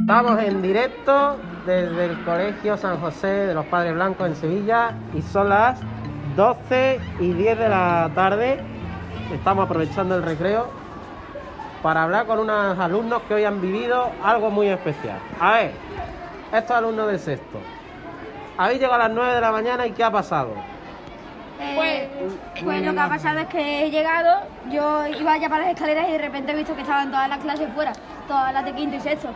Estamos en directo desde el Colegio San José de los Padres Blancos en Sevilla y son las 12:10 de la tarde. Estamos aprovechando el recreo para hablar con unos alumnos que hoy han vivido algo muy especial. A ver, estos alumnos de sexto, habéis llegado a las 9 de la mañana y ¿qué ha pasado? Pues lo que ha pasado es que he llegado, yo iba ya para las escaleras y de repente he visto que estaban todas las clases fuera, todas las de quinto y sexto.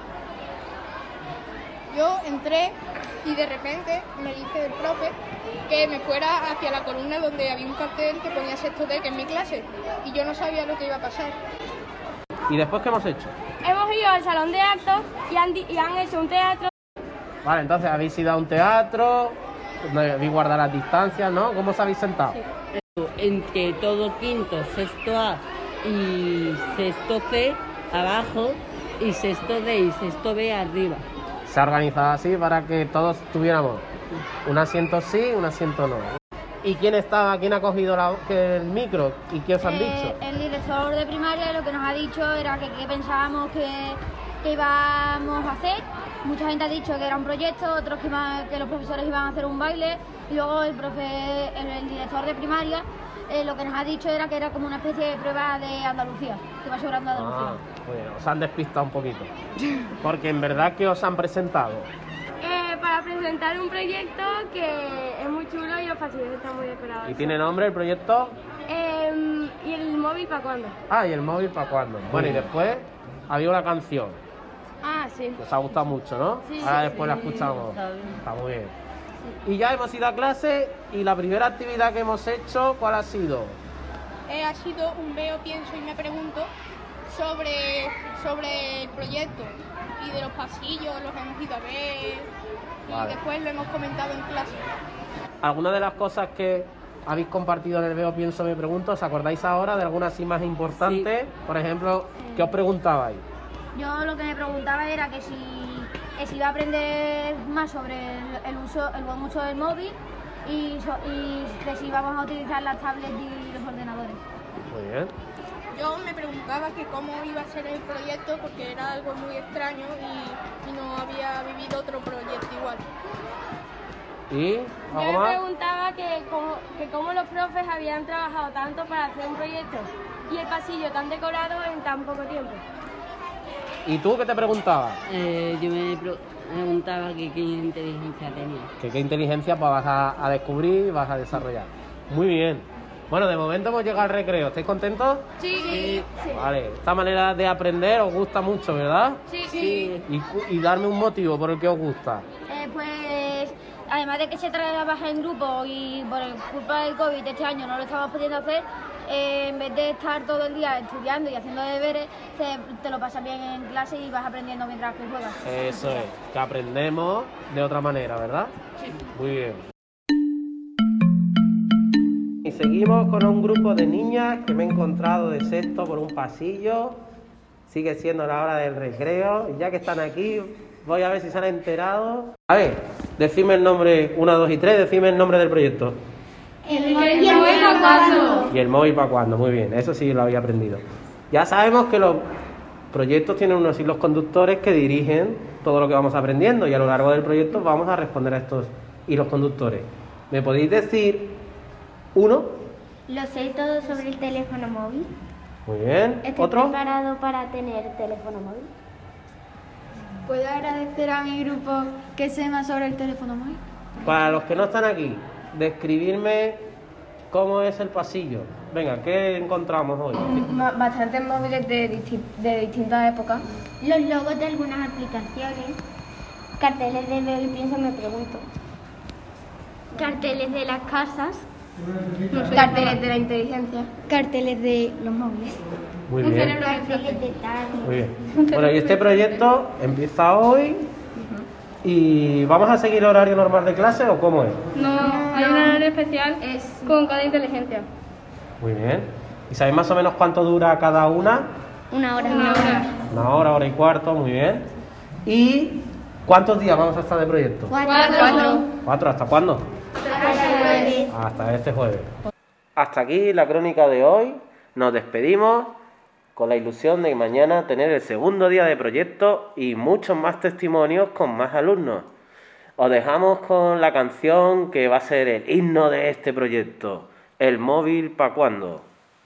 Yo entré y de repente me dice el profe que me fuera hacia la columna donde había un cartel que ponía sexto D, que es mi clase, y yo no sabía lo que iba a pasar. ¿Y después qué hemos hecho? Hemos ido al salón de actos y han hecho un teatro. Vale, entonces habéis ido a un teatro, habéis guardado las distancias, ¿no? ¿Cómo os habéis sentado? Sí. Entre todo quinto, sexto A y sexto C abajo y sexto D y sexto B arriba. Se ha organizado así para que todos tuviéramos un asiento sí, un asiento no. ¿Y quién estaba, quién ha cogido el micro y qué os han dicho? El director de primaria lo que nos ha dicho era que qué pensábamos que íbamos a hacer. Mucha gente ha dicho que era un proyecto, otros que los profesores iban a hacer un baile y luego el director de primaria lo que nos ha dicho era que era como una especie de prueba de Andalucía, que iba sobrando Andalucía. Bueno, os han despistado un poquito. Porque en verdad, ¿qué os han presentado? Para presentar un proyecto que es muy chulo y los pasillos están muy decorados. ¿Y tiene nombre el proyecto? ¿Y el móvil para cuándo? Ah, ¿y el móvil para cuándo? Bueno, y después había una canción. Ah, sí. Que os ha gustado mucho, ¿no? Sí, ahora sí, después la sí, escuchamos. está Muy bien. Y ya hemos ido a clase y la primera actividad que hemos hecho, ¿cuál ha sido? Ha sido un veo, pienso y me pregunto sobre el proyecto y de los pasillos, los hemos ido a ver y Vale. después lo hemos comentado en clase. ¿Alguna de las cosas que habéis compartido en el Veo, Pienso, Me Pregunto, os acordáis ahora de alguna así más importante? Sí. Por ejemplo, ¿qué os preguntabais? Yo lo que me preguntaba era que si iba a aprender más sobre el buen uso del móvil y que si íbamos a utilizar las tablets y los ordenadores. Muy bien. Yo me preguntaba que cómo iba a ser el proyecto porque era algo muy extraño y no había vivido otro proyecto igual. ¿Y Yo algo me más? preguntaba que cómo los profes habían trabajado tanto para hacer un proyecto y el pasillo tan decorado en tan poco tiempo. ¿Y tú qué te preguntabas? Yo me preguntaba que qué inteligencia tenía. ¿Qué inteligencia pues, vas a descubrir y vas a desarrollar? Muy bien. Bueno, de momento hemos llegado al recreo. ¿Estáis contentos? Sí. Vale. Esta manera de aprender os gusta mucho, ¿verdad? Sí. Y darme un motivo por el que os gusta. Pues además de que se trabaja en grupo y por culpa del COVID este año no lo estamos pudiendo hacer, en vez de estar todo el día estudiando y haciendo deberes, te lo pasas bien en clase y vas aprendiendo mientras que juegas. Eso es, que aprendemos de otra manera, ¿verdad? Sí. Muy bien. Y seguimos con un grupo de niñas que me he encontrado de sexto por un pasillo. Sigue siendo la hora del recreo. Y ya que están aquí, voy a ver si se han enterado. A ver, decidme el nombre, 1, 2 y 3, decidme el nombre del proyecto. ¿El móvil para cuándo? Y el móvil para cuándo, muy bien, eso sí lo había aprendido. Ya sabemos que los proyectos tienen unos hilos conductores que dirigen todo lo que vamos aprendiendo y a lo largo del proyecto vamos a responder a estos hilos conductores. ¿Me podéis decir uno? Lo sé todo sobre el teléfono móvil. Muy bien. Estoy ¿Otro? preparado para tener teléfono móvil. ¿Puedo agradecer a mi grupo que sé más sobre el teléfono móvil? Para los que no están aquí, describirme cómo es el pasillo. Venga, ¿qué encontramos hoy? Bastantes móviles de distintas épocas. Los logos de algunas aplicaciones. Carteles de Veo y Pienso, Me Pregunto. Carteles de las casas. Carteles de la inteligencia. Carteles de los móviles. Muy bien. Carteles de tal. Muy bien. Bueno, y este proyecto empieza hoy y ¿vamos a seguir el horario normal de clase o cómo es? No, hay un horario especial con cada inteligencia. Muy bien. ¿Y sabéis más o menos cuánto dura cada una? Una hora. Una hora, hora y cuarto, muy bien. ¿Y cuántos días vamos a estar de proyecto? 4. ¿Hasta cuándo? Hasta este jueves. Hasta aquí la crónica de hoy. Nos despedimos con la ilusión de mañana tener el segundo día de proyecto y muchos más testimonios con más alumnos. Os dejamos con la canción que va a ser el himno de este proyecto, ¿El móvil pa' cuándo?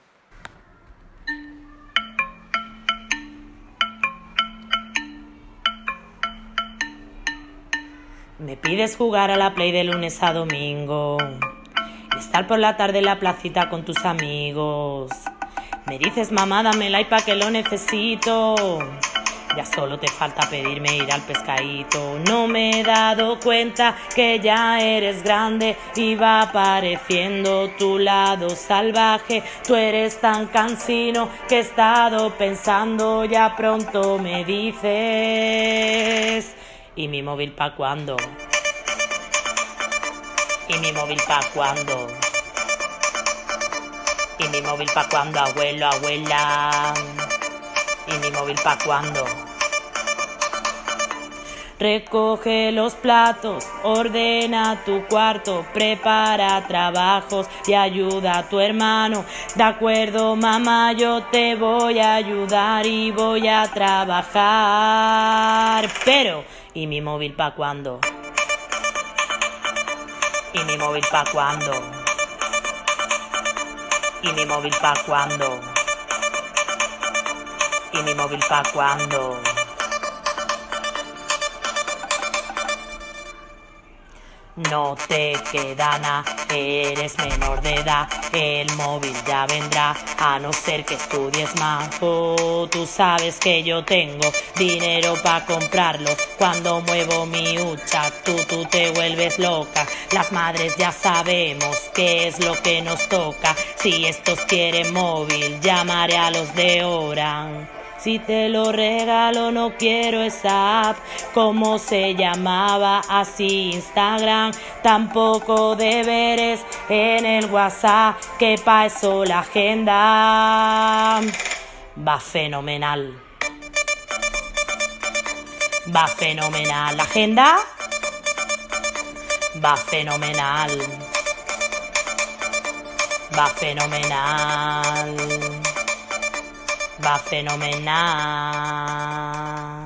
Me pides jugar a la Play de lunes a domingo y estar por la tarde en la placita con tus amigos. Me dices, mamá, dame el iPad que lo necesito. Ya solo te falta pedirme ir al pescadito. No me he dado cuenta que ya eres grande y va apareciendo tu lado salvaje. Tú eres tan cansino que he estado pensando, ya pronto me dices... ¿Y mi móvil pa' cuándo? ¿Y mi móvil pa' cuándo? ¿Y mi móvil pa' cuándo, abuelo, abuela? ¿Y mi móvil pa' cuándo? Recoge los platos, ordena tu cuarto, prepara trabajos y ayuda a tu hermano. De acuerdo, mamá, yo te voy a ayudar y voy a trabajar. Pero, ¿y mi móvil pa' cuándo? ¿Y mi móvil pa' cuándo? ¿Y mi móvil pa' cuándo? ¿Y mi móvil pa' cuándo? No te queda nada, eres menor de edad, el móvil ya vendrá, a no ser que estudies más. Oh, tú sabes que yo tengo dinero para comprarlo, cuando muevo mi hucha, tú te vuelves loca. Las madres ya sabemos qué es lo que nos toca, si estos quieren móvil, llamaré a los de Orange. Si te lo regalo no quiero esa app, ¿cómo se llamaba? Así Instagram, tampoco deberes en el WhatsApp, que pa' eso la agenda va fenomenal. Va fenomenal, la agenda va fenomenal. Va fenomenal. Va fenomenal.